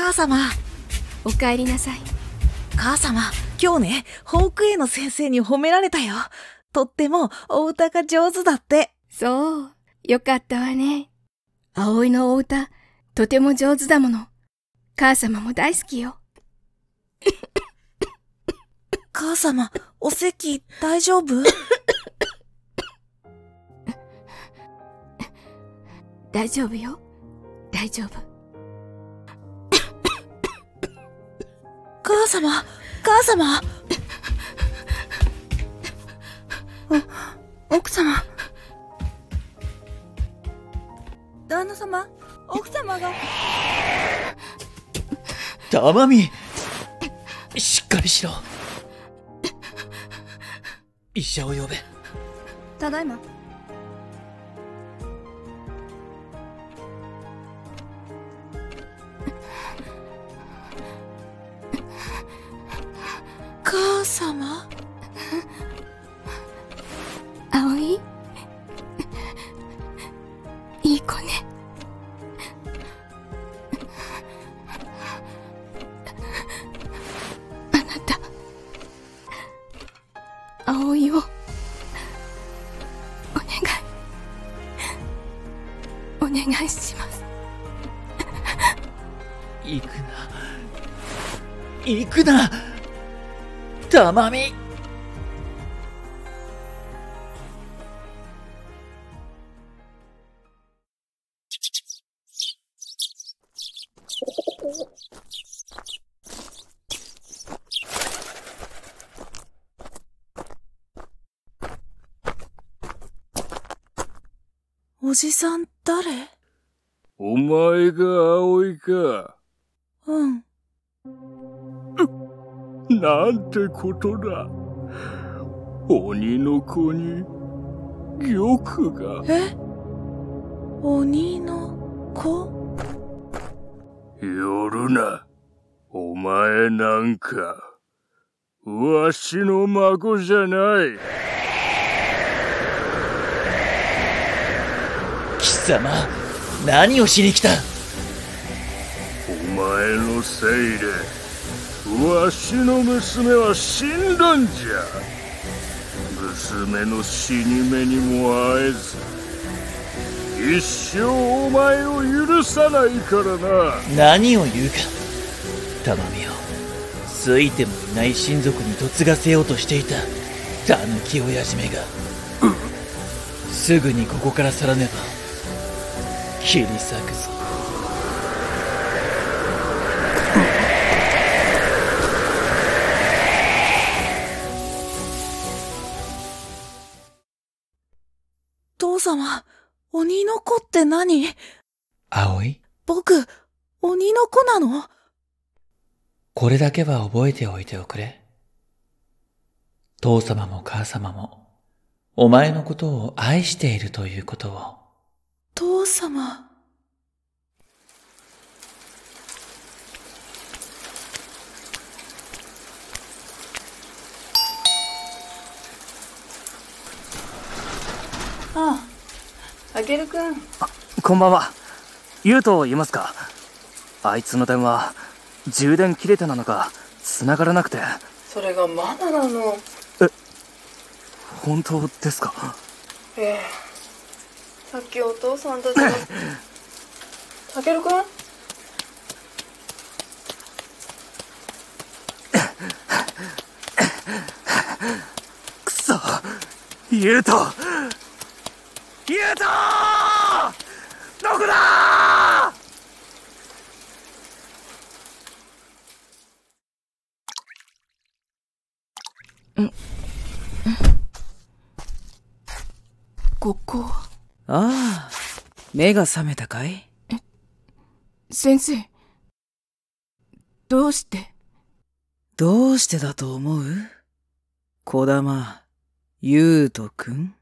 母様。 お帰りなさい。 母様、今日ね、保育園の先生に褒められたよ。とってもお歌が上手だって。 そう、よかったわね。葵のお歌、とても上手だもの。母様も大好きよ。 母様、お席大丈夫？ 大丈夫よ。大丈夫。 母様、母様。奥様。旦那様、奥様が。 たまみ、しっかりしろ。医者を呼べ。 ただいま。母様？ 葵？いい子ね。あなた、葵をお願いします。 行くな、行くな、たまみ。 おじさん誰？ お前が葵か。 うん。 なんてことだ。鬼の子に玉が。 え？鬼の子？ 寄るな。お前なんかわしの孫じゃない。 貴様、何をしに来た？ お前のせいでわしの娘は死んだんじゃ。娘の死に目にも会えず一生お前を許さないからな。 何を言うか。たまみを好いてもいない親族に嫁がせようとしていたたぬき親父めが、すぐにここから去らねば切り裂くぞ。 父様、鬼の子って何？ 葵、 僕、鬼の子なの？ これだけは覚えておいておくれ。父様も母様もお前のことを愛しているということを。 父様。 ああ、あけるくん。 こんばんは。ゆうと言いますか。あいつの電話、充電切れてなのか繋がらなくて。 それがまだなの。 本当ですか？ さっきお父さんたちがたけるくん？ くそ、ゆうとどこだ！ ここ。 ああ、目が覚めたかい？ 先生、どうして？ どうしてだと思う？児玉、優斗くん。